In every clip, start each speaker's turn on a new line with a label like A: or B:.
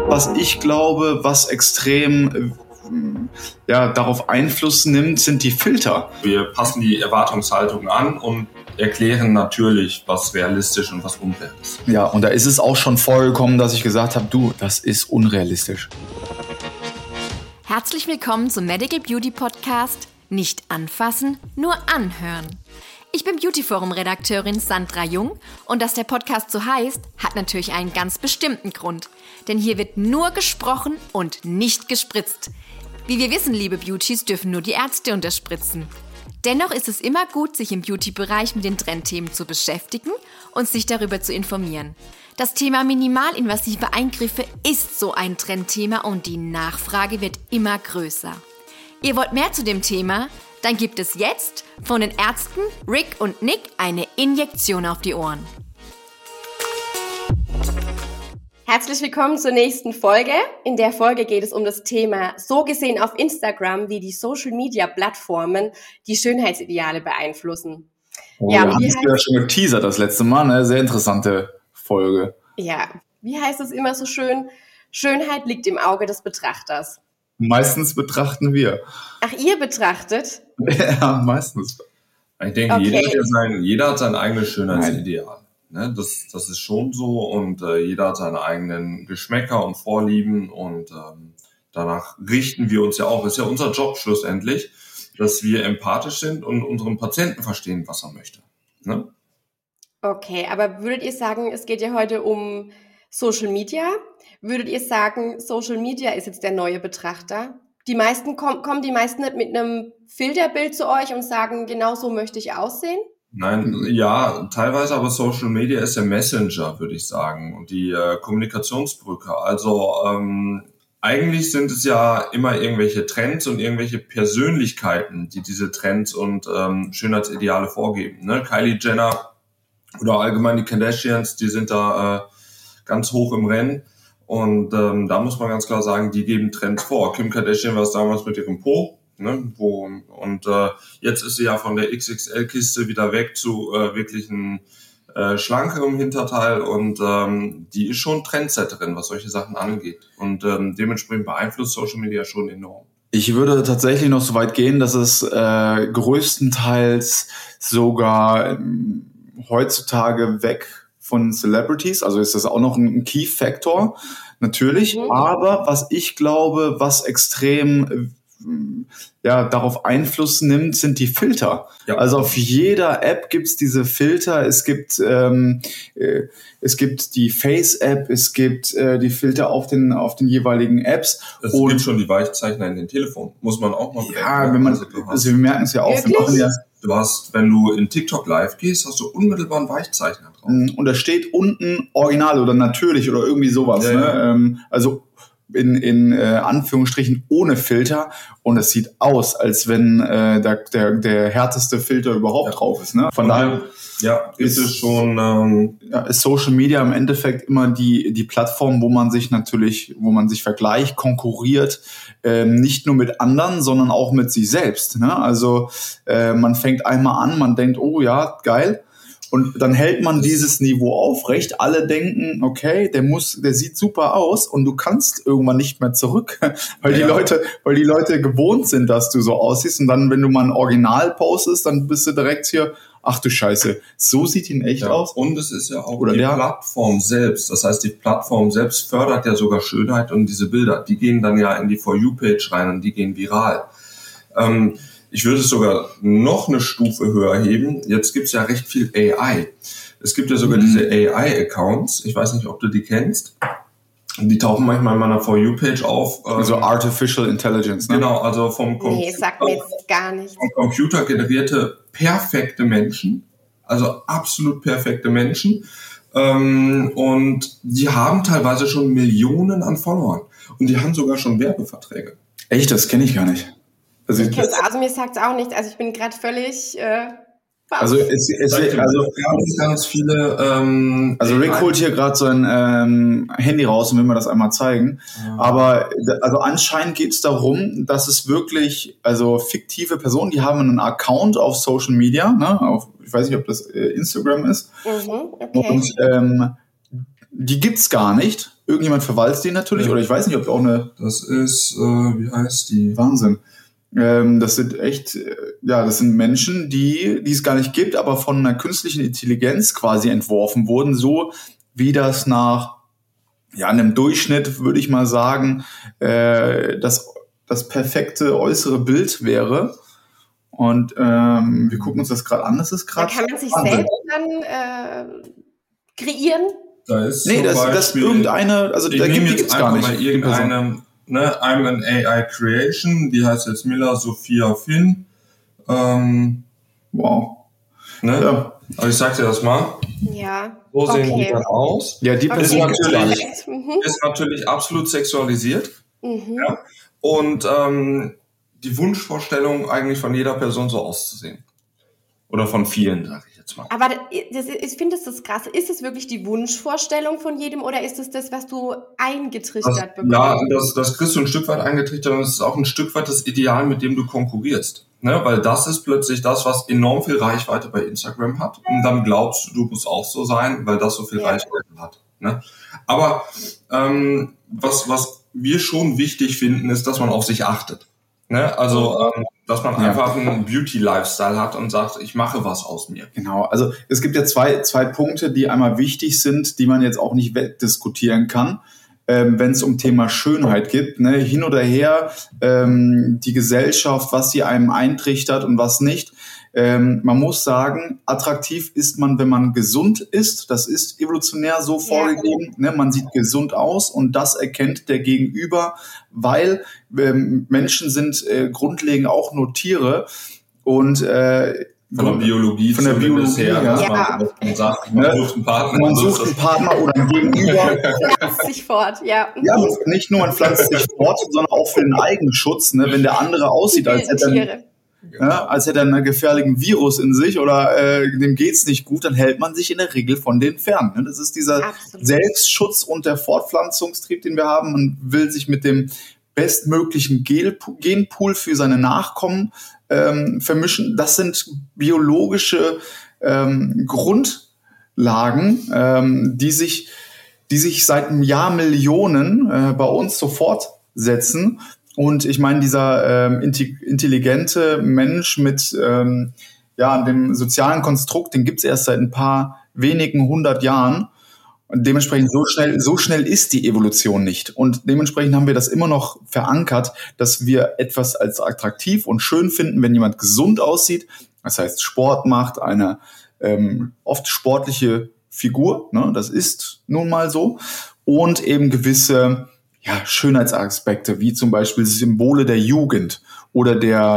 A: Was ich glaube, was extrem darauf Einfluss nimmt, sind die Filter.
B: Wir passen die Erwartungshaltung an und erklären natürlich, was realistisch und was unrealistisch.
A: Ja, und da ist es auch schon vorgekommen, dass ich gesagt habe, du, das ist unrealistisch.
C: Herzlich willkommen zum Medical Beauty Podcast. Nicht anfassen, nur anhören. Ich bin Beauty-Forum-Redakteurin Sandra Jung und dass der Podcast so heißt, hat natürlich einen ganz bestimmten Grund. Denn hier wird nur gesprochen und nicht gespritzt. Wie wir wissen, liebe Beauties, dürfen nur die Ärzte unterspritzen. Dennoch ist es immer gut, sich im Beauty-Bereich mit den Trendthemen zu beschäftigen und sich darüber zu informieren. Das Thema minimalinvasive Eingriffe ist so ein Trendthema und die Nachfrage wird immer größer. Ihr wollt mehr zu dem Thema? Dann gibt es jetzt von den Ärzten Rick und Nick eine Injektion auf die Ohren.
D: Herzlich willkommen zur nächsten Folge. In der Folge geht es um das Thema so gesehen auf Instagram, wie die Social-Media-Plattformen die Schönheitsideale beeinflussen.
A: Oh, ja, hattest du ja schon geteasert das letzte Mal, ne? Sehr interessante Folge.
D: Ja, wie heißt es immer so schön? Schönheit liegt im Auge des Betrachters.
A: Meistens betrachten wir.
D: Ach, ihr betrachtet?
A: Ja, meistens.
B: Ich denke, okay. Jeder hat sein eigenes Schönheitsideal. Ne? Das ist schon so und jeder hat seine eigenen Geschmäcker und Vorlieben und danach richten wir uns ja auch. Ist ja unser Job schlussendlich, dass wir empathisch sind und unseren Patienten verstehen, was er möchte. Ne?
D: Okay, aber würdet ihr sagen, es geht ja heute um Social Media? Würdet ihr sagen, Social Media ist jetzt der neue Betrachter? Kommen die meisten nicht mit einem Filterbild zu euch und sagen, genau so möchte ich aussehen?
B: Nein, ja, teilweise, aber Social Media ist der Messenger, würde ich sagen, und die Kommunikationsbrücke. Also eigentlich sind es ja immer irgendwelche Trends und irgendwelche Persönlichkeiten, die diese Trends und Schönheitsideale vorgeben. Ne? Kylie Jenner oder allgemein die Kardashians, die sind da ganz hoch im Rennen. Und da muss man ganz klar sagen, die geben Trends vor. Kim Kardashian war es damals mit ihrem Po. Ne, jetzt ist sie ja von der XXL-Kiste wieder weg zu wirklichen schlankerem Hinterteil und die ist schon Trendsetterin, was solche Sachen angeht. Und dementsprechend beeinflusst Social Media schon enorm.
A: Ich würde tatsächlich noch so weit gehen, dass es größtenteils sogar heutzutage weg von Celebrities, also ist das auch noch ein Key-Factor, natürlich. Mhm. Aber was ich glaube, was extrem darauf Einfluss nimmt, sind die Filter. Ja. Also auf jeder App gibt's diese Filter. Es gibt die Face-App, es gibt die Filter auf den jeweiligen Apps.
B: Es gibt schon die Weichzeichner in den Telefonen, muss man auch mal bedenken.
A: Ja, wir merken es ja auch.
B: Du hast, wenn du in TikTok live gehst, hast du unmittelbar einen Weichzeichner drauf.
A: Und da steht unten Original oder natürlich oder irgendwie sowas. Ja, ne? Ja. Also in Anführungsstrichen ohne Filter und es sieht aus, als wenn der härteste Filter überhaupt drauf ist. Ne? Von daher
B: ist es schon
A: ist Social Media im Endeffekt immer die Plattform, wo man sich vergleicht, konkurriert, nicht nur mit anderen, sondern auch mit sich selbst. Ne? Also man fängt einmal an, man denkt, oh ja, geil. Und dann hält man dieses Niveau aufrecht. Alle denken, okay, der sieht super aus und du kannst irgendwann nicht mehr zurück, weil die Leute gewohnt sind, dass du so aussiehst. Und dann, wenn du mal ein Original postest, dann bist du direkt hier, ach du Scheiße, so sieht ihn echt aus.
B: Und es ist ja auch Plattform selbst. Das heißt, die Plattform selbst fördert ja sogar Schönheit und diese Bilder, die gehen dann ja in die For You-Page rein und die gehen viral. Ich würde es sogar noch eine Stufe höher heben. Jetzt gibt's ja recht viel AI. Es gibt ja sogar diese AI-Accounts. Ich weiß nicht, ob du die kennst. Die tauchen manchmal in meiner For You-Page auf.
A: Also Artificial Intelligence, ne?
B: Genau, also vom
D: sagt mir jetzt gar nichts.
B: Vom Computer generierte perfekte Menschen. Also absolut perfekte Menschen. Und die haben teilweise schon Millionen an Followern. Und die haben sogar schon Werbeverträge.
A: Echt? Das kenne ich gar nicht.
D: Also mir sagt es auch nicht. Also ich bin gerade völlig
B: ganz viele.
A: Also Rick holt hier gerade sein Handy raus und will mir das einmal zeigen. Ja. Aber also anscheinend geht es darum, dass es wirklich, also fiktive Personen, die haben einen Account auf Social Media, ne? Ich weiß nicht, ob das Instagram ist.
D: Okay.
A: Und die gibt's gar nicht. irgendjemand verwaltet den natürlich, oder ich weiß nicht, ob auch eine...
B: Das ist, wie heißt die?
A: Wahnsinn. Das sind echt, das sind Menschen, die es gar nicht gibt, aber von einer künstlichen Intelligenz quasi entworfen wurden, so wie das nach einem Durchschnitt, würde ich mal sagen, das perfekte äußere Bild wäre. Und wir gucken uns das gerade an. Das ist gerade.
D: Da kann man sich selbst dann kreieren?
B: Da ist
A: das irgendeine, also da gibt es gar nicht.
B: Mal irgendeine, ne, I'm an AI Creation, die heißt jetzt Mila Sophia Finn.
A: Wow.
B: Ne? Ja. Aber ich sag dir das mal.
D: Ja.
B: So sehen die dann aus.
A: Ja, die Person
B: ist natürlich absolut sexualisiert. Ja. Und die Wunschvorstellung eigentlich von jeder Person so auszusehen. Oder von vielen, sage ich jetzt mal.
D: Aber ich finde das krass. Ist es wirklich die Wunschvorstellung von jedem oder ist es das, was du eingetrichtert bekommst?
B: Ja, das kriegst du ein Stück weit eingetrichtert und es ist auch ein Stück weit das Ideal, mit dem du konkurrierst. Ne? Weil das ist plötzlich das, was enorm viel Reichweite bei Instagram hat. Und dann glaubst du, du musst auch so sein, weil das so viel Reichweite hat. Ne? Aber was wir schon wichtig finden, ist, dass man auf sich achtet. Ne? Also, dass man einfach einen Beauty-Lifestyle hat und sagt, ich mache was aus mir.
A: Genau, also es gibt ja zwei Punkte, die einmal wichtig sind, die man jetzt auch nicht wegdiskutieren kann, wenn es um Thema Schönheit geht. Ne? Hin oder her, die Gesellschaft, was sie einem eintrichtert und was nicht. Man muss sagen, attraktiv ist man, wenn man gesund ist. Das ist evolutionär so vorgegeben. Ne? Man sieht gesund aus und das erkennt der Gegenüber, weil Menschen sind grundlegend auch nur Tiere und
B: von der Biologie
A: her,
B: man sagt, man sucht einen Partner.
A: Man sucht einen Partner oder einen Gegenüber.
D: Pflanzt sich fort, ja.
A: Ja, nicht nur man pflanzt sich fort, sondern auch für den Eigenschutz. Ne? Wenn der andere aussieht, als hätte er einen gefährlichen Virus in sich oder dem geht's nicht gut, dann hält man sich in der Regel von denen fern. Ne? Das ist dieser Selbstschutz und der Fortpflanzungstrieb, den wir haben. Man will sich mit dem bestmöglichen Genpool für seine Nachkommen vermischen. Das sind biologische Grundlagen, die sich seit einem Jahr Millionen bei uns so fortsetzen. Und ich meine, dieser intelligente Mensch mit dem sozialen Konstrukt, den gibt's erst seit ein paar wenigen 100 Jahren. Und dementsprechend so schnell ist die Evolution nicht. Und dementsprechend haben wir das immer noch verankert, dass wir etwas als attraktiv und schön finden, wenn jemand gesund aussieht. Das heißt, Sport macht, eine oft sportliche Figur. Ne? Das ist nun mal so. Und eben gewisse Schönheitsaspekte, wie zum Beispiel Symbole der Jugend oder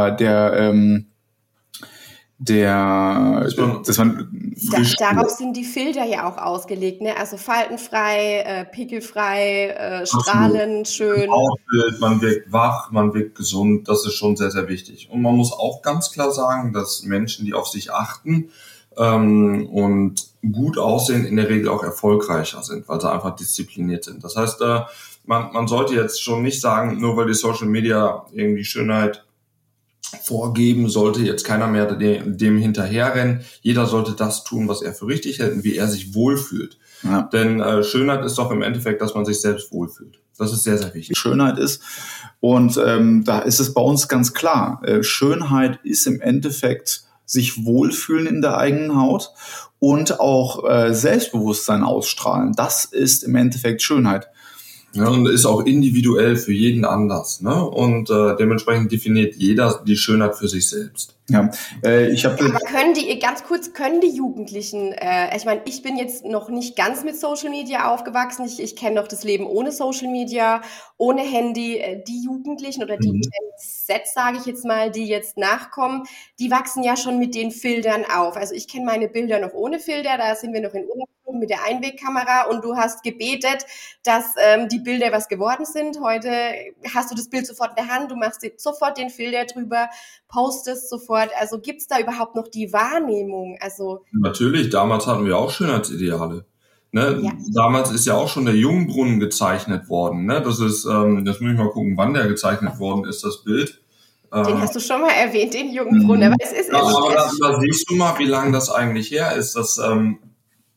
D: darauf sind die Filter ja auch ausgelegt, ne? Also faltenfrei, pickelfrei, strahlend, schön.
B: Man wirkt wach, man wirkt gesund, das ist schon sehr, sehr wichtig. Und man muss auch ganz klar sagen, dass Menschen, die auf sich achten und gut aussehen, in der Regel auch erfolgreicher sind, weil sie einfach diszipliniert sind. Das heißt, man sollte jetzt schon nicht sagen, nur weil die Social Media irgendwie Schönheit vorgeben, sollte jetzt keiner mehr dem hinterherrennen. Jeder sollte das tun, was er für richtig hält und wie er sich wohlfühlt. Ja. Denn Schönheit ist doch im Endeffekt, dass man sich selbst wohlfühlt. Das ist sehr, sehr wichtig.
A: Schönheit ist. Und da ist es bei uns ganz klar. Schönheit ist im Endeffekt sich wohlfühlen in der eigenen Haut und auch Selbstbewusstsein ausstrahlen. Das ist im Endeffekt Schönheit.
B: Ja, und ist auch individuell für jeden anders, ne? Und dementsprechend definiert jeder die Schönheit für sich selbst.
A: Ja,
D: aber können die Jugendlichen, ich meine, ich bin jetzt noch nicht ganz mit Social Media aufgewachsen, ich kenne noch das Leben ohne Social Media, ohne Handy, die Jugendlichen oder die Gen Z, sage ich jetzt mal, die jetzt nachkommen, die wachsen ja schon mit den Filtern auf. Also ich kenne meine Bilder noch ohne Filter, da sind wir noch in Urlaub mit der Einwegkamera und du hast gebetet, dass die Bilder was geworden sind. Heute hast du das Bild sofort in der Hand, du machst sofort den Filter drüber, postest sofort. Also gibt's da überhaupt noch die Wahrnehmung? Also
B: natürlich, damals hatten wir auch Schönheitsideale. Ne? Ja. Damals ist ja auch schon der Jungbrunnen gezeichnet worden. Ne? Das ist, jetzt muss ich mal gucken, wann der gezeichnet worden ist, das Bild.
D: Den hast du schon mal erwähnt, den Jungbrunnen. Aber
B: da siehst du mal, wie lange das eigentlich her ist.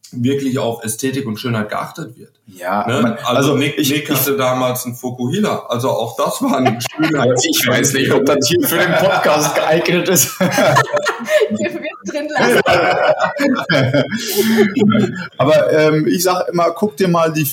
B: wirklich auf Ästhetik und Schönheit geachtet wird.
A: Ja,
B: ne? Also Nick hatte damals einen Fukuhila, also auch das war ein schöner.
A: Ich weiß nicht, ob das hier für den Podcast geeignet ist.
D: Wir drin lassen.
A: Aber ich sag immer, guck dir mal die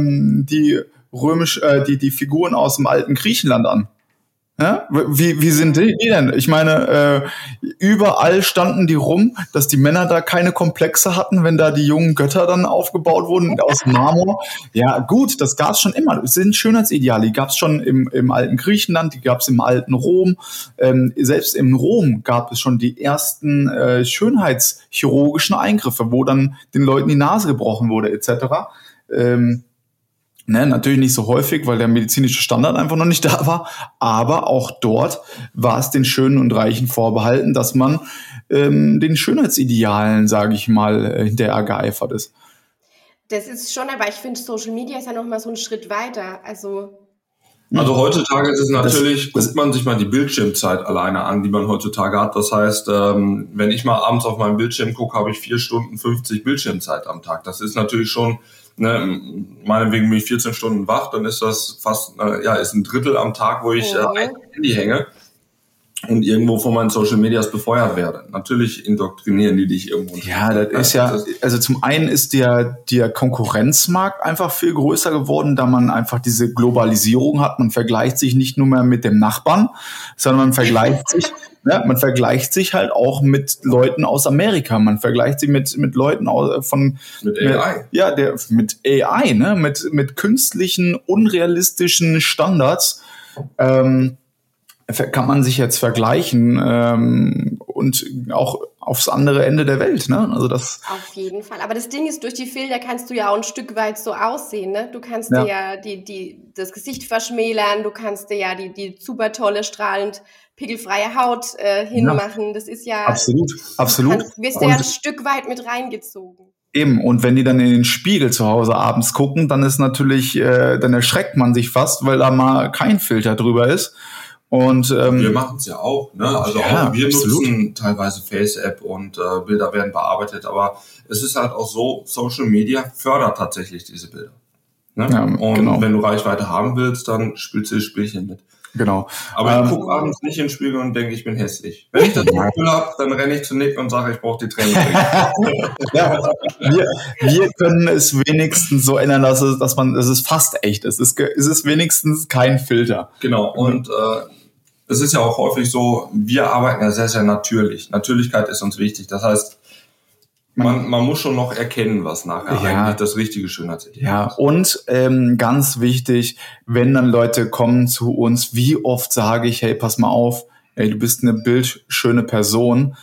A: Figuren aus dem alten Griechenland an. Ja? Wie sind die denn? Ich meine, überall standen die rum, dass die Männer da keine Komplexe hatten, wenn da die jungen Götter dann aufgebaut wurden aus Marmor. Ja gut, das gab's schon immer. Es sind Schönheitsideale, die gab's schon im alten Griechenland, die gab's im alten Rom. Selbst in Rom gab es schon die ersten schönheitschirurgischen Eingriffe, wo dann den Leuten die Nase gebrochen wurde etc. Natürlich nicht so häufig, weil der medizinische Standard einfach noch nicht da war, aber auch dort war es den Schönen und Reichen vorbehalten, dass man den Schönheitsidealen, sage ich mal, hinterher geeifert ist.
D: Das ist schon, aber ich finde, Social Media ist ja noch mal so einen Schritt weiter. Also
B: heutzutage ist es natürlich, guckt man sich mal die Bildschirmzeit alleine an, die man heutzutage hat. Das heißt, wenn ich mal abends auf meinen Bildschirm gucke, habe ich 4 Stunden 50 Bildschirmzeit am Tag. Das ist natürlich schon, meinetwegen bin ich 14 Stunden wach, dann ist das fast, ist ein Drittel am Tag, wo ich am Handy hänge und irgendwo von meinen Social Medias befeuert werde. Natürlich indoktrinieren die dich irgendwo.
A: Ja, das ist ja, also zum einen ist der Konkurrenzmarkt einfach viel größer geworden, da man einfach diese Globalisierung hat. Man vergleicht sich nicht nur mehr mit dem Nachbarn, sondern man vergleicht sich halt auch mit Leuten aus Amerika. Man vergleicht sich mit Leuten
B: mit AI.
A: Mit AI, ne? Mit künstlichen, unrealistischen Standards. Kann man sich jetzt vergleichen und auch aufs andere Ende der Welt, ne? Also das
D: auf jeden Fall. Aber das Ding ist, durch die Filter kannst du ja auch ein Stück weit so aussehen, ne? Du kannst dir ja das Gesicht verschmälern, du kannst dir ja die super tolle, strahlend pickelfreie Haut hinmachen. Ja. Das ist ja
A: absolut.
D: Wirst du ja ein Stück weit mit reingezogen.
A: Eben, und wenn die dann in den Spiegel zu Hause abends gucken, dann ist natürlich, dann erschreckt man sich fast, weil da mal kein Filter drüber ist. Und
B: wir machen es ja auch, ne? Also auch wir nutzen teilweise Face-App und Bilder werden bearbeitet, aber es ist halt auch so, Social Media fördert tatsächlich diese Bilder. Ne? Ja, und wenn du Reichweite haben willst, dann spielst du das Spielchen mit.
A: Genau.
B: Aber ich gucke abends nicht in den Spiegel und denke, ich bin hässlich. Wenn ich das Gefühl habe, dann renne ich zu Nick und sage, ich brauche die Tränen.
A: wir können es wenigstens so ändern, dass es fast echt ist. Es ist wenigstens kein Filter.
B: Genau. Und es ist ja auch häufig so, wir arbeiten ja sehr, sehr natürlich. Natürlichkeit ist uns wichtig. Das heißt, man muss schon noch erkennen, was nachher eigentlich das richtige Schönheitsideal ist.
A: Ja, und ganz wichtig, wenn dann Leute kommen zu uns, wie oft sage ich, hey, pass mal auf, ey, du bist eine bildschöne Person,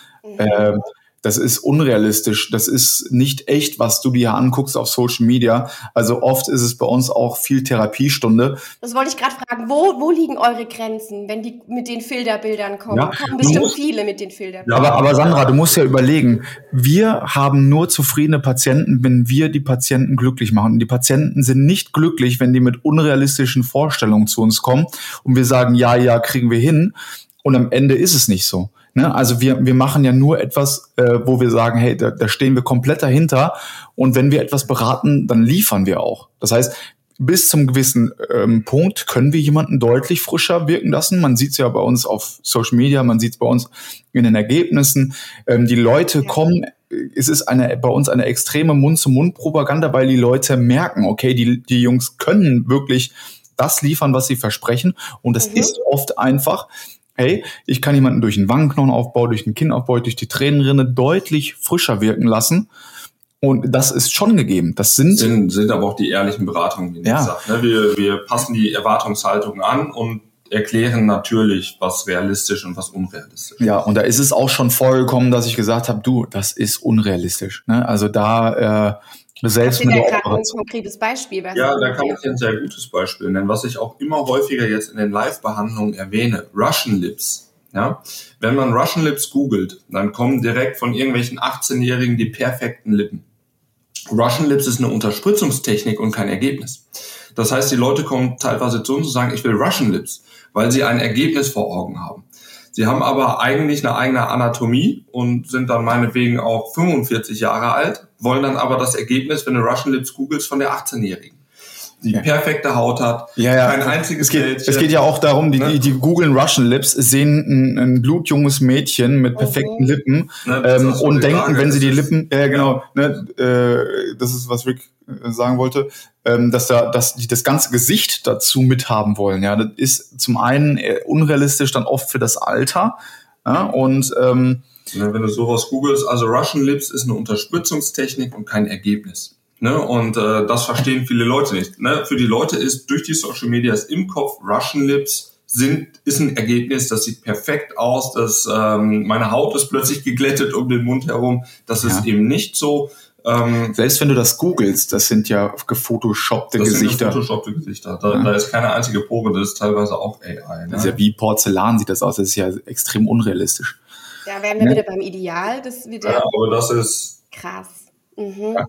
A: das ist unrealistisch, das ist nicht echt, was du dir anguckst auf Social Media. Also oft ist es bei uns auch viel Therapiestunde.
D: Das wollte ich gerade fragen, wo liegen eure Grenzen, wenn die mit den Filterbildern kommen? Ja, kommen bestimmt viele mit den Filterbildern.
A: Ja, aber Sandra, du musst ja überlegen, wir haben nur zufriedene Patienten, wenn wir die Patienten glücklich machen. Und die Patienten sind nicht glücklich, wenn die mit unrealistischen Vorstellungen zu uns kommen und wir sagen, ja, kriegen wir hin. Und am Ende ist es nicht so. Also wir machen ja nur etwas, wo wir sagen, hey, da stehen wir komplett dahinter. Und wenn wir etwas beraten, dann liefern wir auch. Das heißt, bis zum gewissen Punkt können wir jemanden deutlich frischer wirken lassen. Man sieht es ja bei uns auf Social Media, man sieht es bei uns in den Ergebnissen. Die Leute kommen, es ist bei uns eine extreme Mund-zu-Mund-Propaganda, weil die Leute merken, okay, die Jungs können wirklich das liefern, was sie versprechen. Und das ist oft einfach, hey, ich kann jemanden durch den Wangenknochenaufbau, durch den Kinnaufbau, durch die Tränenrinne deutlich frischer wirken lassen. Und das ist schon gegeben. Das sind
B: aber auch die ehrlichen Beratungen, wie Nick sagt. Wir passen die Erwartungshaltung an und erklären natürlich, was realistisch und was unrealistisch ist.
A: Ja, und da ist es auch schon vorgekommen, dass ich gesagt habe, du, das ist unrealistisch. Also da selbst mit
D: der ein konkretes Beispiel.
B: Da kann ich ein sehr gutes Beispiel nennen, was ich auch immer häufiger jetzt in den Live-Behandlungen erwähne. Russian Lips. Ja? Wenn man Russian Lips googelt, dann kommen direkt von irgendwelchen 18-Jährigen die perfekten Lippen. Russian Lips ist eine Unterspritzungstechnik und kein Ergebnis. Das heißt, die Leute kommen teilweise zu uns und sagen, ich will Russian Lips, weil sie ein Ergebnis vor Augen haben. Sie haben aber eigentlich eine eigene Anatomie und sind dann meinetwegen auch 45 Jahre alt, wollen dann aber das Ergebnis, wenn du Russian Lips googelst, von der 18-Jährigen. Die perfekte Haut hat, kein einziges
A: Es geht ja auch darum, die googeln Russian Lips, sehen ein blutjunges Mädchen mit perfekten Lippen und denken, wenn sie die Lippen, das ist, was Rick sagen wollte, dass die das ganze Gesicht dazu mithaben wollen. Ja, das ist zum einen unrealistisch dann oft für das Alter. Ja, und wenn
B: du sowas googelst, also Russian Lips ist eine Unterspritzungstechnik und kein Ergebnis. Ne, und das verstehen viele Leute nicht. Ne? Für die Leute ist durch die Social Medias im Kopf Russian Lips ist ein Ergebnis, das sieht perfekt aus, dass meine Haut ist plötzlich geglättet um den Mund herum. Das ist eben nicht so.
A: Selbst wenn du das googelst, das sind ja gefotoshoppte Gesichter.
B: Das sind gefotoshoppte Gesichter. Da ist keine einzige Pore, das ist teilweise auch AI. Ne?
A: Das ist ja wie Porzellan, sieht das aus. Das ist ja extrem unrelatisch.
D: Da wären wir wieder beim Ideal.
B: Aber das ist
D: krass.
B: Ja.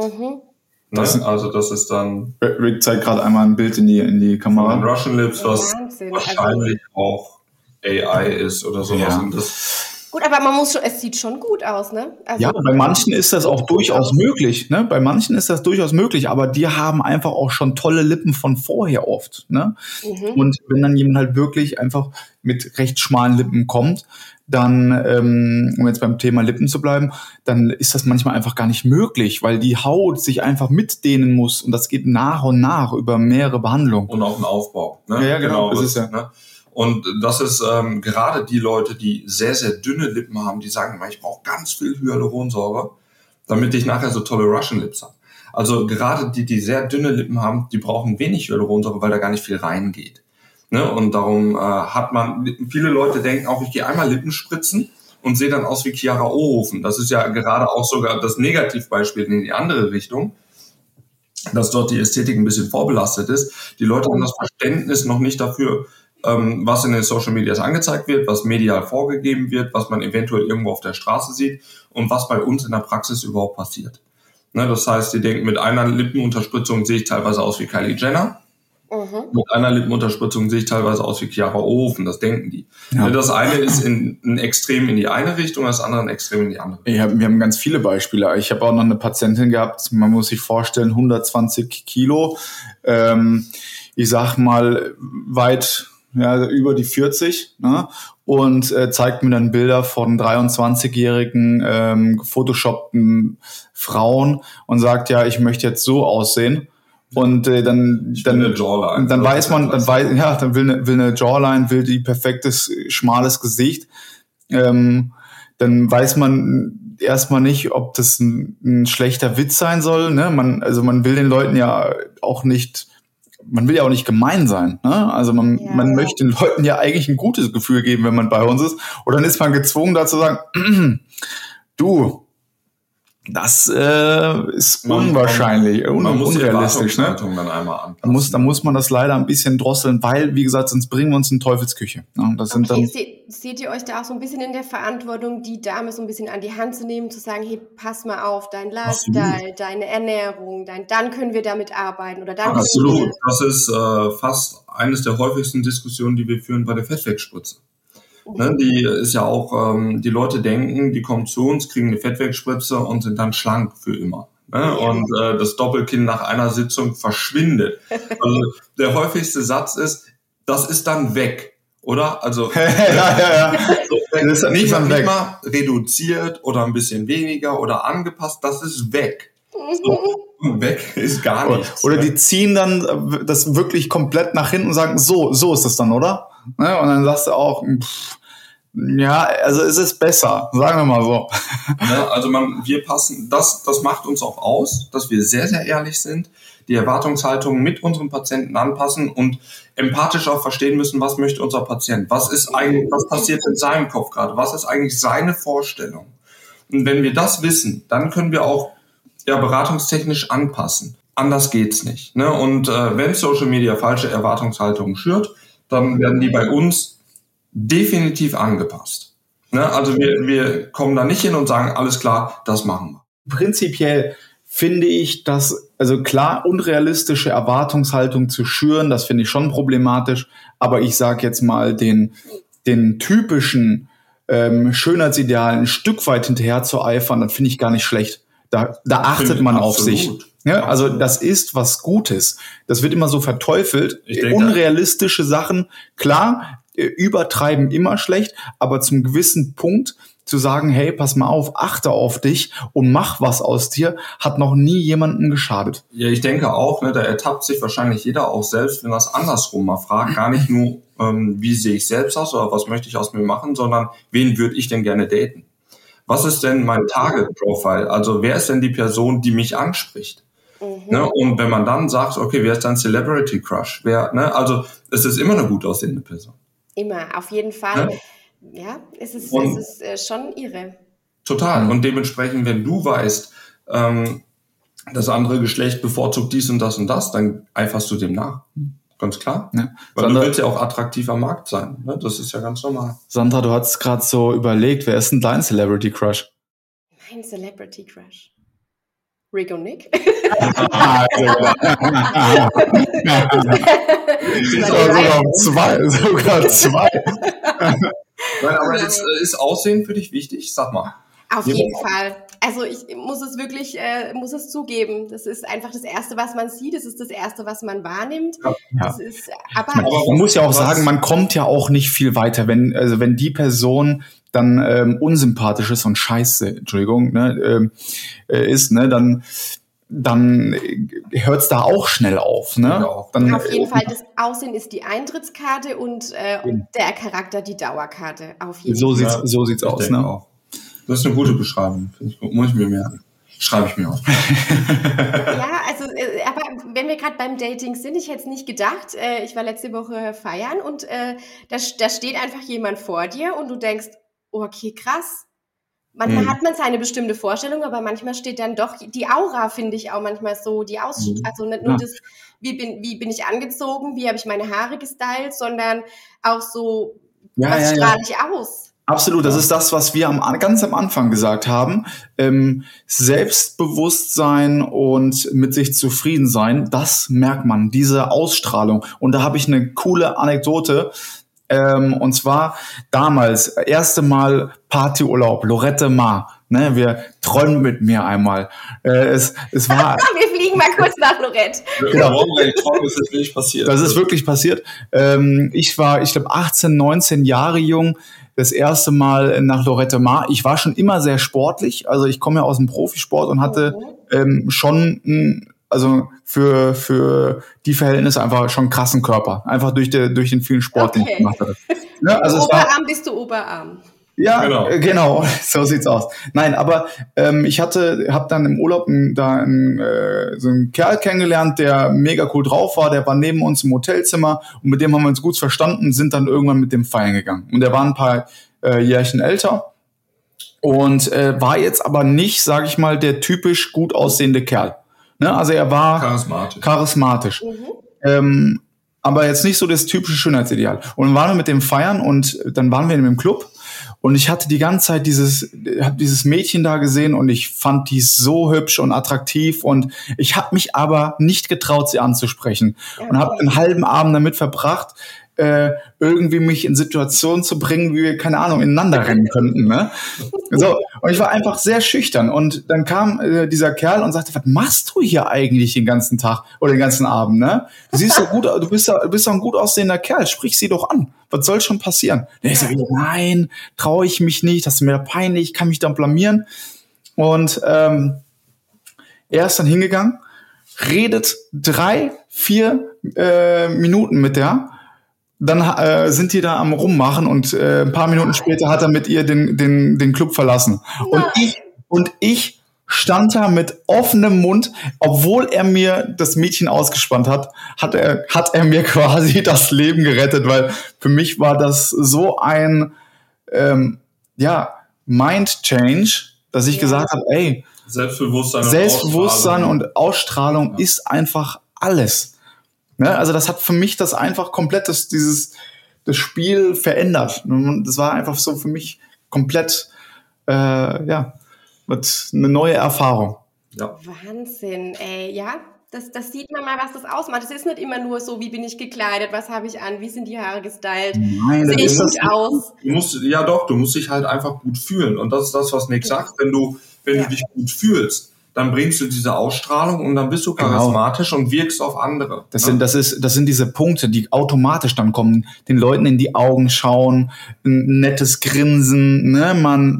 B: Also das ist dann...
A: Rick zeigt gerade einmal ein Bild in die Kamera.
B: Von Russian Lips, was wahrscheinlich auch AI ist oder sowas.
A: Ja.
B: Und das
D: gut, aber es sieht schon gut aus, ne? Also
A: ja, bei manchen ist das auch durchaus möglich, ne? Bei manchen ist das durchaus möglich, aber die haben einfach auch schon tolle Lippen von vorher oft, ne? Und wenn dann jemand halt wirklich einfach mit recht schmalen Lippen kommt, dann, um jetzt beim Thema Lippen zu bleiben, dann ist das manchmal einfach gar nicht möglich, weil die Haut sich einfach mitdehnen muss und das geht nach und nach über mehrere Behandlungen.
B: Und auch ein Aufbau. Ne?
A: Ja, genau. Das ist ja.
B: Ne? Und das ist gerade die Leute, die sehr, sehr dünne Lippen haben, die sagen, ich brauche ganz viel Hyaluronsäure, damit ich nachher so tolle Russian Lips habe. Also gerade die sehr dünne Lippen haben, die brauchen wenig Hyaluronsäure, weil da gar nicht viel reingeht. Ne? Und darum viele Leute denken auch, ich gehe einmal Lippenspritzen und sehe dann aus wie Chiara Ohofen. Das ist ja gerade auch sogar das Negativbeispiel in die andere Richtung, dass dort die Ästhetik ein bisschen vorbelastet ist. Die Leute haben das Verständnis noch nicht dafür, was in den Social Medias angezeigt wird, was medial vorgegeben wird, was man eventuell irgendwo auf der Straße sieht und was bei uns in der Praxis überhaupt passiert. Ne? Das heißt, die denken, mit einer Lippenunterspritzung sehe ich teilweise aus wie Kylie Jenner. Mit einer Lippenunterspritzung sehe ich teilweise aus wie Chiara Ohofen, das denken die. Ja. Das eine ist ein Extrem in die eine Richtung, das andere ein Extrem in die andere.
A: Wir haben ganz viele Beispiele. Ich habe auch noch eine Patientin gehabt, man muss sich vorstellen, 120 Kilo, ich sag mal weit über die 40, ne? Und zeigt mir dann Bilder von 23-jährigen gefotoshoppten Frauen und sagt, ja, ich möchte jetzt so aussehen. Und dann weiß man, dann will eine Jawline, will die perfektes, schmales Gesicht. Dann weiß man erstmal nicht, ob das ein schlechter Witz sein soll. Ne? Man will den Leuten ja auch nicht, man will ja auch nicht gemein sein. Ne? Also man möchte den Leuten ja eigentlich ein gutes Gefühl geben, wenn man bei uns ist. Und dann ist man gezwungen, da zu sagen, du, das ist unwahrscheinlich, unrealistisch. Ne?
B: Dann einmal anpassen.
A: Da muss man das leider ein bisschen drosseln, weil, wie gesagt, sonst bringen wir uns in Teufelsküche. Ne? Das sind dann
D: seht ihr euch da auch so ein bisschen in der Verantwortung, die Dame so ein bisschen an die Hand zu nehmen, zu sagen, hey, pass mal auf, dein Lifestyle, deine Ernährung, dann können wir damit arbeiten. Oder dann
B: absolut, das ist fast eines der häufigsten Diskussionen, die wir führen bei der Fettwegspritze. Ne, die ist ja auch, die Leute denken, die kommen zu uns, kriegen eine Fettwegspritze und sind dann schlank für immer. Ne? Ja. Und das Doppelkinn nach einer Sitzung verschwindet. Also der häufigste Satz ist, das ist dann weg, oder? Also nicht mal reduziert oder ein bisschen weniger oder angepasst, das ist weg. So, weg ist gar nichts.
A: Oder die ziehen dann das wirklich komplett nach hinten und sagen, so ist das dann, oder? Ne? Und dann sagst du auch, ja, also es ist besser, sagen wir mal so.
B: Ja, also wir passen, das macht uns auch aus, dass wir sehr, sehr ehrlich sind, die Erwartungshaltung mit unseren Patienten anpassen und empathisch auch verstehen müssen, was möchte unser Patient, was passiert in seinem Kopf gerade, was ist eigentlich seine Vorstellung. Und wenn wir das wissen, dann können wir auch beratungstechnisch anpassen. Anders geht's nicht. Ne? Und wenn Social Media falsche Erwartungshaltungen schürt, dann werden die bei uns definitiv angepasst. Ne? Also wir kommen da nicht hin und sagen, alles klar, das machen wir.
A: Prinzipiell finde ich das, also klar, unrealistische Erwartungshaltung zu schüren, das finde ich schon problematisch, aber ich sage jetzt mal den den typischen Schönheitsidealen ein Stück weit hinterher zu eifern, dann finde ich gar nicht schlecht. Da achtet man auf sich. Ja, also das ist was Gutes. Das wird immer so verteufelt. Unrealistische Sachen, klar, übertreiben immer schlecht, aber zum gewissen Punkt zu sagen, hey, pass mal auf, achte auf dich und mach was aus dir, hat noch nie jemandem geschadet.
B: Ja, ich denke auch, da ertappt sich wahrscheinlich jeder auch selbst, wenn er es andersrum mal fragt. Gar nicht nur, wie sehe ich selbst aus oder was möchte ich aus mir machen, sondern wen würde ich denn gerne daten? Was ist denn mein Target-Profile? Also wer ist denn die Person, die mich anspricht? Und wenn man dann sagt, okay, wer ist dein Celebrity-Crush? Also es ist immer eine gut aussehende Person.
D: Immer, auf jeden Fall. Ja, es ist schon irre.
B: Total. Und dementsprechend, wenn du weißt, das andere Geschlecht bevorzugt dies und das, dann eiferst du dem nach. Ganz klar. Ja. Weil Sandra, du willst ja auch attraktiv am Markt sein. Ne? Das ist ja ganz normal.
A: Sandra, du hast gerade so überlegt, wer ist denn dein Celebrity Crush?
D: Mein Celebrity Crush? Rick und Nick?
A: Sogar zwei.
B: Nein, aber ist Aussehen für dich wichtig? Sag mal.
D: Auf jeden Fall. Also ich muss es wirklich, muss es zugeben. Das ist einfach das Erste, was man sieht. Das ist das Erste, was man wahrnimmt. Ja. Das ist, aber
A: man muss ja auch sagen, man kommt ja auch nicht viel weiter, wenn die Person dann unsympathisch ist und scheiße, Entschuldigung, ist, dann hört's da auch schnell auf. Ne? Dann,
D: auf jeden Fall, das Aussehen ist die Eintrittskarte und der Charakter die Dauerkarte. Auf jeden Fall.
A: So sieht's aus. Ne?
B: Auch. Das ist eine gute Beschreibung. Finde ich gut. Muss ich mir merken. Schreibe ich mir auf.
D: Ja, also, aber wenn wir gerade beim Dating sind, ich hätte es nicht gedacht. Ich war letzte Woche feiern und da steht einfach jemand vor dir und du denkst, oh, okay, krass. Manchmal hat man seine bestimmte Vorstellung, aber manchmal steht dann doch die Aura, finde ich auch manchmal so, also nicht nur das, wie bin ich angezogen, wie habe ich meine Haare gestylt, sondern auch so, was strahle ich aus.
A: Absolut, das ist das, was wir ganz am Anfang gesagt haben. Selbstbewusstsein und mit sich zufrieden sein, das merkt man, diese Ausstrahlung. Und da habe ich eine coole Anekdote. Und zwar damals, erste Mal Partyurlaub, Lorette Mar. Ne, wir träumen mit mir einmal. Es war.
D: Wir fliegen mal kurz nach Lorette.
B: Genau. Das ist wirklich passiert.
A: Das ist wirklich passiert. Ich glaube, 18, 19 Jahre jung. Das erste Mal nach Lorette Mar. Ich war schon immer sehr sportlich. Also ich komme ja aus dem Profisport und hatte schon, also für die Verhältnisse einfach schon einen krassen Körper. Einfach durch den vielen Sport, den ich gemacht hatte.
D: Ja, also Oberarm bist du Oberarm.
A: Ja, genau, so sieht's aus. Nein, aber ich habe dann im Urlaub so einen Kerl kennengelernt, der mega cool drauf war. Der war neben uns im Hotelzimmer und mit dem haben wir uns gut verstanden, sind dann irgendwann mit dem feiern gegangen. Und der war ein paar Jährchen älter und war jetzt aber nicht, sage ich mal, der typisch gut aussehende Kerl. Ne? Also er war charismatisch. Aber jetzt nicht so das typische Schönheitsideal. Und dann waren wir mit dem feiern und dann waren wir in einem Club. Und ich hatte die ganze Zeit dieses Mädchen da gesehen und ich fand die so hübsch und attraktiv und ich habe mich aber nicht getraut, sie anzusprechen und habe einen halben Abend damit verbracht, irgendwie mich in Situationen zu bringen, wie wir, keine Ahnung, ineinander rennen könnten. Ne? So, und ich war einfach sehr schüchtern und dann kam dieser Kerl und sagte, was machst du hier eigentlich den ganzen Tag oder den ganzen Abend? Ne? Du siehst so gut, du bist doch ein gut aussehender Kerl, sprich sie doch an. Was soll schon passieren? Ich sage, nein, traue ich mich nicht, das ist mir peinlich, kann mich dann blamieren. Und er ist dann hingegangen, redet 3-4 Minuten mit der. Dann sind die da am Rummachen und ein paar Minuten später hat er mit ihr den Club verlassen. Und ich stand da mit offenem Mund, obwohl er mir das Mädchen ausgespannt hat, hat er mir quasi das Leben gerettet, weil für mich war das so ein Mind-Change, dass ich gesagt habe, ey, Selbstbewusstsein und Ausstrahlung ist einfach alles. Ne? Also das hat für mich das einfach komplett das Spiel verändert. Das war einfach so für mich komplett eine neue Erfahrung.
B: Ja.
D: Wahnsinn, ey, ja. Das sieht man mal, was das ausmacht. Es ist nicht immer nur so, wie bin ich gekleidet, was habe ich an, wie sind die Haare gestylt,
A: Nein,
D: sehe ich gut aus.
B: Du musst dich halt einfach gut fühlen. Und das ist das, was Nick sagt. Wenn du dich gut fühlst, dann bringst du diese Ausstrahlung und dann bist du charismatisch und wirkst auf andere.
A: Das sind diese Punkte, die automatisch dann kommen, den Leuten in die Augen schauen, ein nettes Grinsen, ne,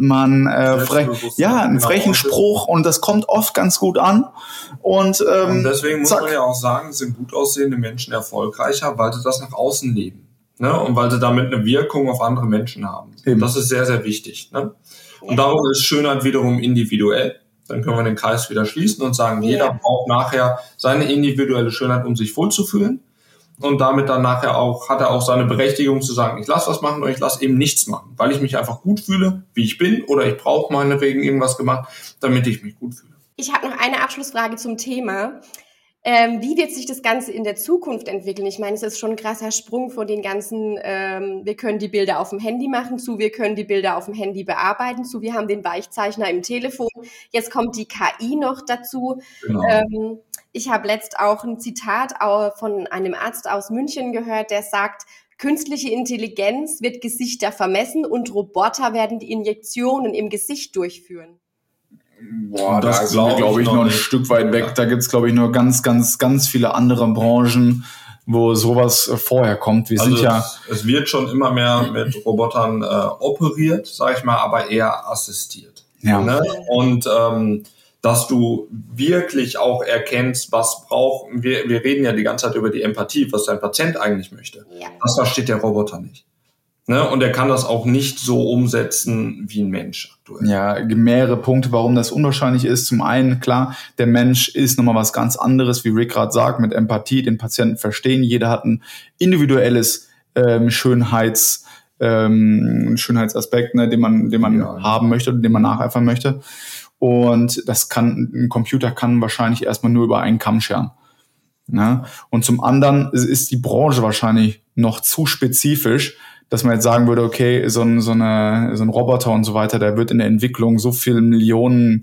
A: einen frechen Spruch, und das kommt oft ganz gut an. Und
B: deswegen muss man ja auch sagen, sind gut aussehende Menschen erfolgreicher, weil sie das nach außen leben, ne, und weil sie damit eine Wirkung auf andere Menschen haben. Eben. Das ist sehr, sehr wichtig, ne? Und darum ist Schönheit wiederum individuell. Dann können wir den Kreis wieder schließen und sagen, jeder braucht nachher seine individuelle Schönheit, um sich wohlzufühlen. Und damit dann nachher hat er auch seine Berechtigung zu sagen, ich lasse was machen oder ich lasse eben nichts machen, weil ich mich einfach gut fühle, wie ich bin, oder ich brauche meinetwegen irgendwas gemacht, damit ich mich gut fühle.
D: Ich habe noch eine Abschlussfrage zum Thema. Wie wird sich das Ganze in der Zukunft entwickeln? Ich meine, es ist schon ein krasser Sprung von den ganzen, wir können die Bilder auf dem Handy machen, zu wir können die Bilder auf dem Handy bearbeiten, zu wir haben den Weichzeichner im Telefon. Jetzt kommt die KI noch dazu. Genau. Ich habe letzt auch ein Zitat von einem Arzt aus München gehört, der sagt, künstliche Intelligenz wird Gesichter vermessen und Roboter werden die Injektionen im Gesicht durchführen.
A: Boah, das ist, glaube ich, noch ein Stück weit weg. Da gibt's, glaube ich, nur ganz, ganz, ganz viele andere Branchen, wo sowas vorher kommt.
B: Es wird schon immer mehr mit Robotern operiert, sag ich mal, aber eher assistiert.
A: Ja.
B: Ne? Und dass du wirklich auch erkennst, was braucht. Wir reden ja die ganze Zeit über die Empathie, was dein Patient eigentlich möchte. Ja. Das versteht der Roboter nicht. Ne? Und er kann das auch nicht so umsetzen wie ein Mensch aktuell.
A: Ja, mehrere Punkte, warum das unwahrscheinlich ist. Zum einen, klar, der Mensch ist nochmal was ganz anderes, wie Rick gerade sagt, mit Empathie, den Patienten verstehen. Jeder hat ein individuelles Schönheitsaspekt, ne, den man haben möchte, den man nacheifern möchte. Und ein Computer kann wahrscheinlich erstmal nur über einen Kamm scheren. Ne? Und zum anderen ist die Branche wahrscheinlich noch zu spezifisch, dass man jetzt sagen würde, okay, so ein Roboter und so weiter, der wird in der Entwicklung so viel Millionen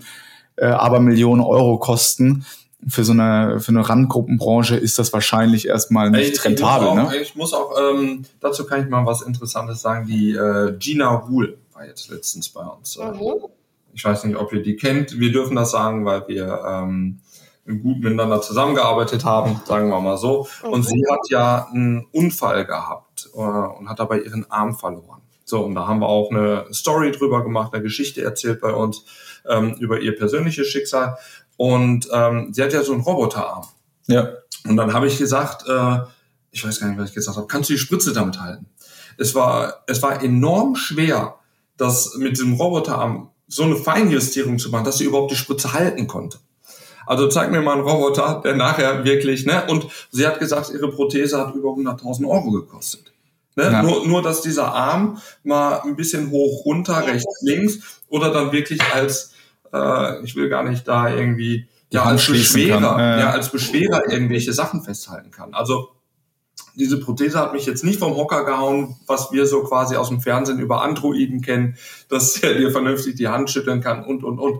A: Euro kosten. Für so eine Randgruppenbranche ist das wahrscheinlich erstmal nicht rentabel.
B: Dazu kann ich mal was Interessantes sagen. Die Gina Ruhl war jetzt letztens bei uns. Ich weiß nicht, ob ihr die kennt. Wir dürfen das sagen, weil wir gut miteinander zusammengearbeitet haben, sagen wir mal so. Und sie hat ja einen Unfall gehabt und hat dabei ihren Arm verloren. So, und da haben wir auch eine Story drüber gemacht, eine Geschichte erzählt bei uns über ihr persönliches Schicksal. Und sie hat ja so einen Roboterarm.
A: Ja.
B: Und dann habe ich gesagt, ich weiß gar nicht, was ich gesagt habe, kannst du die Spritze damit halten? Es war enorm schwer, das mit diesem Roboterarm so eine Feinjustierung zu machen, dass sie überhaupt die Spritze halten konnte. Also zeig mir mal einen Roboter, der nachher wirklich, ne? Und sie hat gesagt, ihre Prothese hat über 100.000 Euro gekostet. Ne? Ja. Nur, dass dieser Arm mal ein bisschen hoch, runter, rechts, links oder dann wirklich als, ich will gar nicht da irgendwie, als Beschwerer irgendwelche Sachen festhalten kann. Also diese Prothese hat mich jetzt nicht vom Hocker gehauen, was wir so quasi aus dem Fernsehen über Androiden kennen, dass er dir vernünftig die Hand schütteln kann und. Und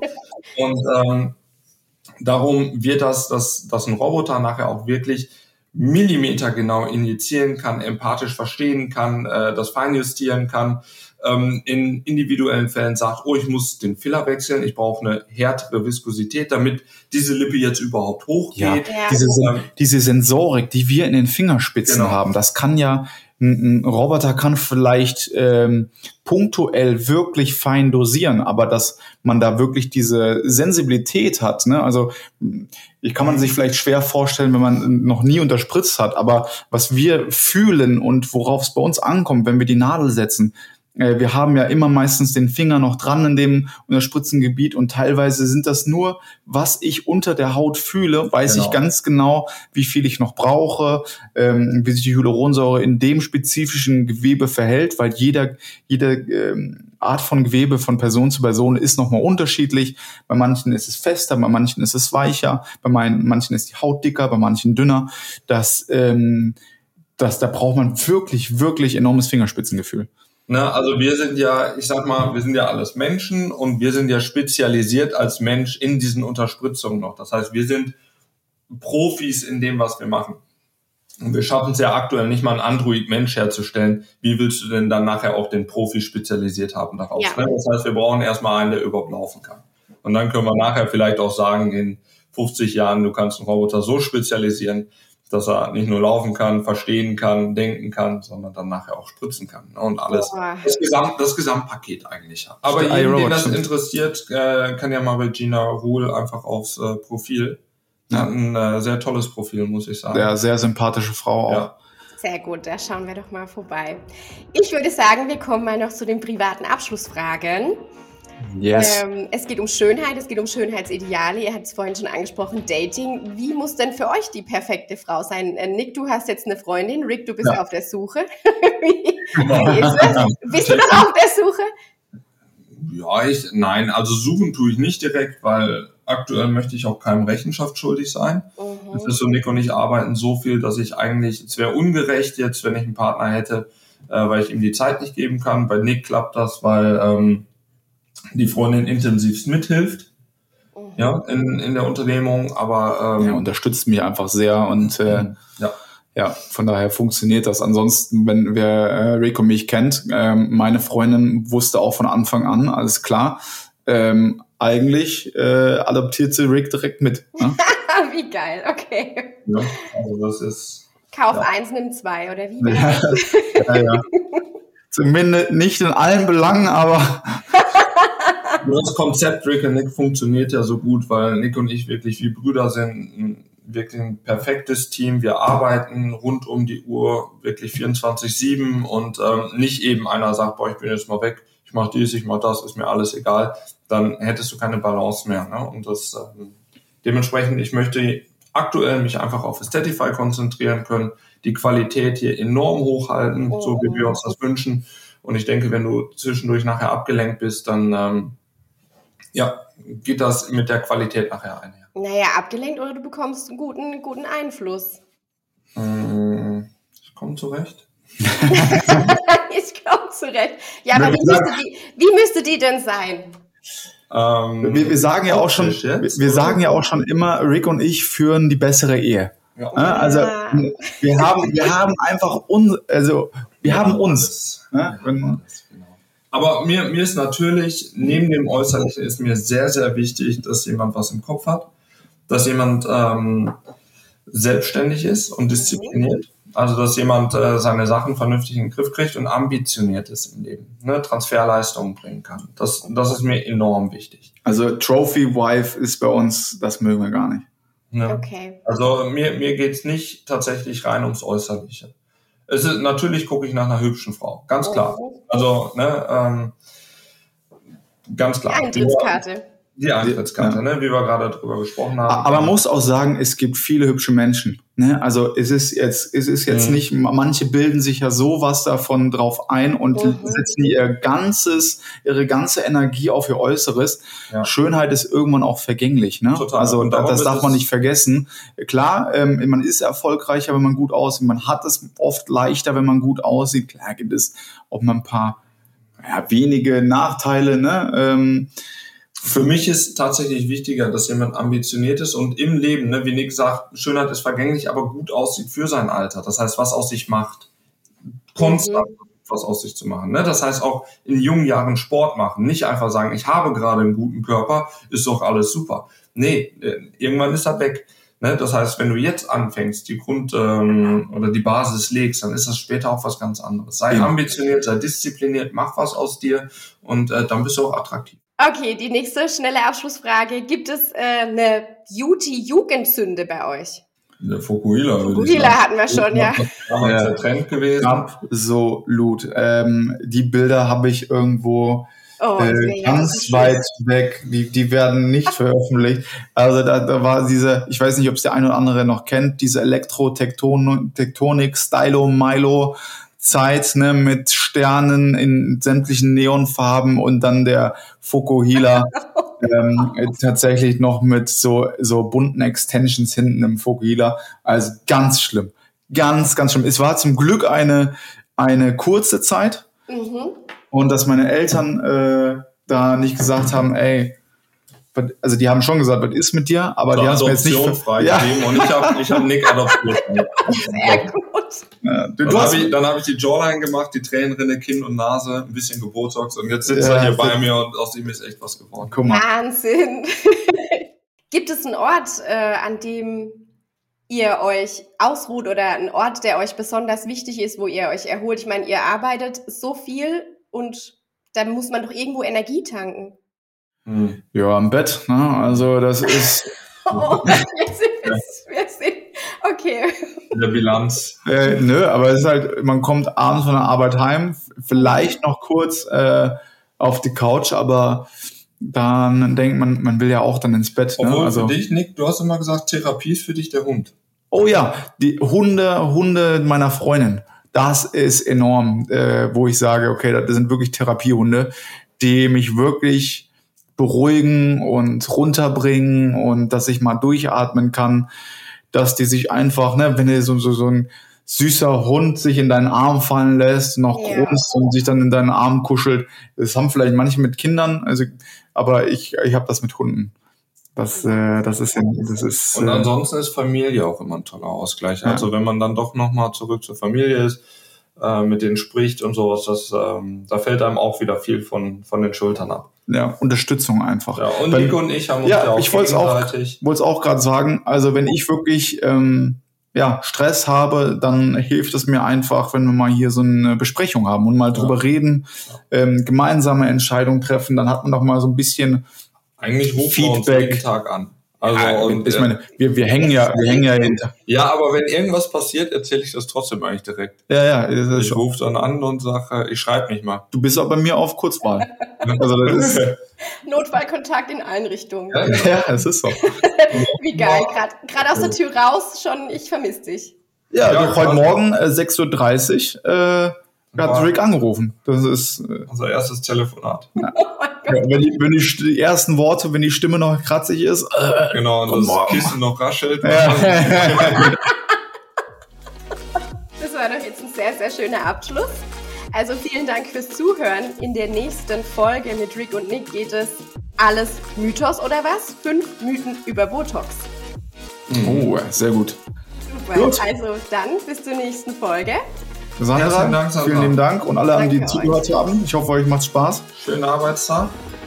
B: darum wird dass ein Roboter nachher auch wirklich millimetergenau injizieren kann, empathisch verstehen kann, das feinjustieren kann, in individuellen Fällen sagt, ich muss den Filler wechseln, ich brauche eine härtere Viskosität, damit diese Lippe jetzt überhaupt hochgeht.
A: Ja. Diese Sensorik, die wir in den Fingerspitzen haben, das kann ja, ein Roboter kann vielleicht punktuell wirklich fein dosieren, aber dass man da wirklich diese Sensibilität hat, ne? Also ich kann man sich vielleicht schwer vorstellen, wenn man noch nie unterspritzt hat, aber was wir fühlen und worauf es bei uns ankommt, wenn wir die Nadel setzen, wir haben ja immer meistens den Finger noch dran in dem Unterspritzengebiet und teilweise sind das nur, was ich unter der Haut fühle, weiß ich ganz genau, wie viel ich noch brauche, wie sich die Hyaluronsäure in dem spezifischen Gewebe verhält, weil jede Art von Gewebe von Person zu Person ist nochmal unterschiedlich. Bei manchen ist es fester, bei manchen ist es weicher, bei manchen ist die Haut dicker, bei manchen dünner. Da braucht man wirklich, wirklich enormes Fingerspitzengefühl.
B: Ne, also wir sind ja, ich sag mal, wir sind ja alles Menschen und wir sind ja spezialisiert als Mensch in diesen Unterspritzungen noch. Das heißt, wir sind Profis in dem, was wir machen. Und wir schaffen es ja aktuell nicht mal, einen Android-Mensch herzustellen. Wie willst du denn dann nachher auch den Profi spezialisiert haben daraus? Ja. Das heißt, wir brauchen erstmal einen, der überhaupt laufen kann. Und dann können wir nachher vielleicht auch sagen, in 50 Jahren, du kannst einen Roboter so spezialisieren, dass er nicht nur laufen kann, verstehen kann, denken kann, sondern dann nachher auch spritzen kann. Und alles. Das Gesamtpaket eigentlich hat. Aber jeden, den das interessiert, kann ja mal bei Gina Ruhl einfach aufs Profil. Ja. Hat ein sehr tolles Profil, muss ich sagen.
A: Ja, sehr sympathische Frau auch. Ja.
D: Sehr gut, da schauen wir doch mal vorbei. Ich würde sagen, wir kommen mal noch zu den privaten Abschlussfragen.
A: Yes.
D: Es geht um Schönheit, es geht um Schönheitsideale. Ihr habt es vorhin schon angesprochen, Dating. Wie muss denn für euch die perfekte Frau sein? Nick, du hast jetzt eine Freundin. Rick, du bist auf der Suche. Wie ist das? Bist du noch auf der Suche?
B: Ja, nein, also suchen tue ich nicht direkt, weil aktuell möchte ich auch keinem Rechenschaft schuldig sein. Das ist so, Nick und ich arbeiten so viel, dass ich eigentlich, es wäre ungerecht jetzt, wenn ich einen Partner hätte, weil ich ihm die Zeit nicht geben kann. Bei Nick klappt das, weil die Freundin intensivst mithilft, ja, in der Unternehmung, aber
A: unterstützt mich einfach sehr und ja, von daher funktioniert das. Ansonsten, wenn wer Rick und mich kennt, meine Freundin wusste auch von Anfang an, alles klar, eigentlich adoptiert sie Rick direkt mit. Ne?
D: Wie geil, okay.
B: Ja, also das ist...
D: Kauf 1, nimm 2, oder wie?
A: Ja. Zumindest nicht in allen Belangen, aber...
B: Das Konzept Rick und Nick funktioniert ja so gut, weil Nick und ich wirklich wie Brüder sind, wirklich ein perfektes Team. Wir arbeiten rund um die Uhr, wirklich 24/7 und nicht eben einer sagt, boah, ich bin jetzt mal weg, ich mache dies, ich mache das, ist mir alles egal. Dann hättest du keine Balance mehr. Ne? Und das dementsprechend, ich möchte aktuell mich einfach auf Aesthetify konzentrieren können, die Qualität hier enorm hochhalten, so wie wir uns das wünschen. Und ich denke, wenn du zwischendurch nachher abgelenkt bist, dann geht das mit der Qualität nachher einher.
D: Naja, abgelenkt oder du bekommst einen guten Einfluss.
B: Ich komme zurecht.
D: Ich komme zurecht. Ja, aber wie müsste die denn sein?
A: Wir sagen ja auch schon, wir sagen ja auch schon immer, Rick und ich führen die bessere Ehe. Ja. Also wir haben einfach wir haben uns.
B: Genau. Aber mir ist natürlich, neben dem Äußerlichen ist mir sehr, sehr wichtig, dass jemand was im Kopf hat, dass jemand selbstständig ist und diszipliniert. Also dass jemand seine Sachen vernünftig in den Griff kriegt und ambitioniert ist im Leben, ne, Transferleistungen bringen kann. Das ist mir enorm wichtig.
A: Also Trophy Wife ist bei uns, das mögen wir gar nicht.
B: Ja. Okay. Also mir geht's nicht tatsächlich rein ums Äußerliche. Natürlich gucke ich nach einer hübschen Frau, ganz klar. Also ganz klar.
D: Die Eintrittskarte.
B: Die Eintrittskarte, ne, wie wir gerade drüber gesprochen haben.
A: Aber man muss auch sagen, es gibt viele hübsche Menschen. Ne? Also es ist jetzt nicht, manche bilden sich ja sowas davon drauf ein und setzen ihre ganze Energie auf ihr Äußeres. Ja. Schönheit ist irgendwann auch vergänglich. Ne?
B: Total.
A: Also das darf man nicht vergessen. Klar, man ist erfolgreicher, wenn man gut aussieht. Man hat es oft leichter, wenn man gut aussieht. Klar gibt es auch mal ein paar wenige Nachteile, ne?
B: Für mich ist tatsächlich wichtiger, dass jemand ambitioniert ist und im Leben, ne, wie Nick sagt, Schönheit ist vergänglich, aber gut aussieht für sein Alter. Das heißt, was aus sich macht. Konstant was aus sich zu machen. Ne? Das heißt auch in jungen Jahren Sport machen. Nicht einfach sagen, ich habe gerade einen guten Körper, ist doch alles super. Nee, irgendwann ist er weg. Ne? Das heißt, wenn du jetzt anfängst, die oder die Basis legst, dann ist das später auch was ganz anderes. Sei ambitioniert, sei diszipliniert, mach was aus dir und dann bist du auch attraktiv.
D: Okay, die nächste schnelle Abschlussfrage. Gibt es eine Beauty-Jugendsünde bei euch?
B: Der Fukuhila.
D: Fukuhila hatten wir schon, ja.
B: Damals der Trend gewesen.
A: Absolut. Die Bilder habe ich irgendwo ganz weit weg. Die werden nicht veröffentlicht. Also da war ich weiß nicht, ob es der eine oder andere noch kennt, diese Elektro-Tektonik, Stylo-Milo Zeit, ne, mit Sternen in sämtlichen Neonfarben und dann der Fukuhila tatsächlich noch mit so bunten Extensions hinten im Fukuhila. Also ganz schlimm. Ganz, ganz schlimm. Es war zum Glück eine kurze Zeit und dass meine Eltern da nicht gesagt haben, ey, also die haben schon gesagt, was ist mit dir, aber die haben es mir jetzt nicht
B: freigegeben und ich hab Nick adoptiert.
D: Sehr gut.
A: Ja,
B: dann habe ich die Jawline gemacht, die Tränenrinne, Kinn und Nase, ein bisschen gebotox und jetzt sitzt er hier bei mir und aus ihm ist echt was geworden.
A: Guck mal.
D: Wahnsinn. Gibt es einen Ort, an dem ihr euch ausruht oder einen Ort, der euch besonders wichtig ist, wo ihr euch erholt? Ich meine, ihr arbeitet so viel und da muss man doch irgendwo Energie tanken.
A: Ja, im Bett, ne? Also das ist...
D: wir sind okay.
B: In der Bilanz.
A: Nö, aber es ist halt, man kommt abends von der Arbeit heim, vielleicht noch kurz auf die Couch, aber dann denkt man will ja auch dann ins Bett.
B: Obwohl,
A: ne? Also
B: für dich, Nick, du hast immer gesagt, Therapie ist für dich der Hund.
A: Oh ja, die Hunde meiner Freundin. Das ist enorm, wo ich sage, okay, das sind wirklich Therapiehunde, die mich wirklich beruhigen und runterbringen und dass ich mal durchatmen kann, dass die sich einfach, ne, wenn du so ein süßer Hund sich in deinen Arm fallen lässt, noch grunzt und sich dann in deinen Arm kuschelt. Das haben vielleicht manche mit Kindern, also, aber ich habe das mit Hunden. Das ist.
B: Und ansonsten ist Familie auch immer ein toller Ausgleich. Ja. Also wenn man dann doch nochmal zurück zur Familie ist, mit denen spricht und sowas, da fällt einem auch wieder viel von den Schultern ab.
A: Ja, Unterstützung einfach.
B: Ja, und Nico und ich haben uns ja auch
A: ich wollte es auch gerade sagen, also wenn ich wirklich Stress habe, dann hilft es mir einfach, wenn wir mal hier so eine Besprechung haben und mal drüber reden, gemeinsame Entscheidungen treffen, dann hat man doch mal so ein bisschen
B: eigentlich rufen
A: Feedback.
B: Wir uns jeden Tag an. Also und
A: ich meine, wir hängen ja hinter.
B: Ja, aber wenn irgendwas passiert, erzähle ich das trotzdem eigentlich direkt.
A: Ja,
B: ich rufe dann an und sage, ich schreibe nicht mal.
A: Du bist auch bei mir auf Kurzwahl. Also das ist
D: Notfallkontakt in allen Richtungen.
A: Ja, es ist so.
D: Wie geil, gerade aus der Tür raus schon, ich vermisse dich.
A: Ja, heute Morgen 6:30 Uhr hat Rick angerufen. Das ist
B: unser erstes Telefonat.
A: Ja. Wenn die ersten Worte, wenn die Stimme noch kratzig ist.
B: Genau, und das Kissen noch raschelt.
A: Ja.
D: Das war doch jetzt ein sehr, sehr schöner Abschluss. Also vielen Dank fürs Zuhören. In der nächsten Folge mit Rick und Nick geht es alles Mythos oder was? 5 Mythen über Botox.
A: Oh, sehr gut.
D: Super, gut. Also dann bis zur nächsten Folge.
A: Sandra, vielen lieben Dank und alle, die zugehört haben. Ich hoffe, euch macht Spaß.
B: Schönen Arbeitstag.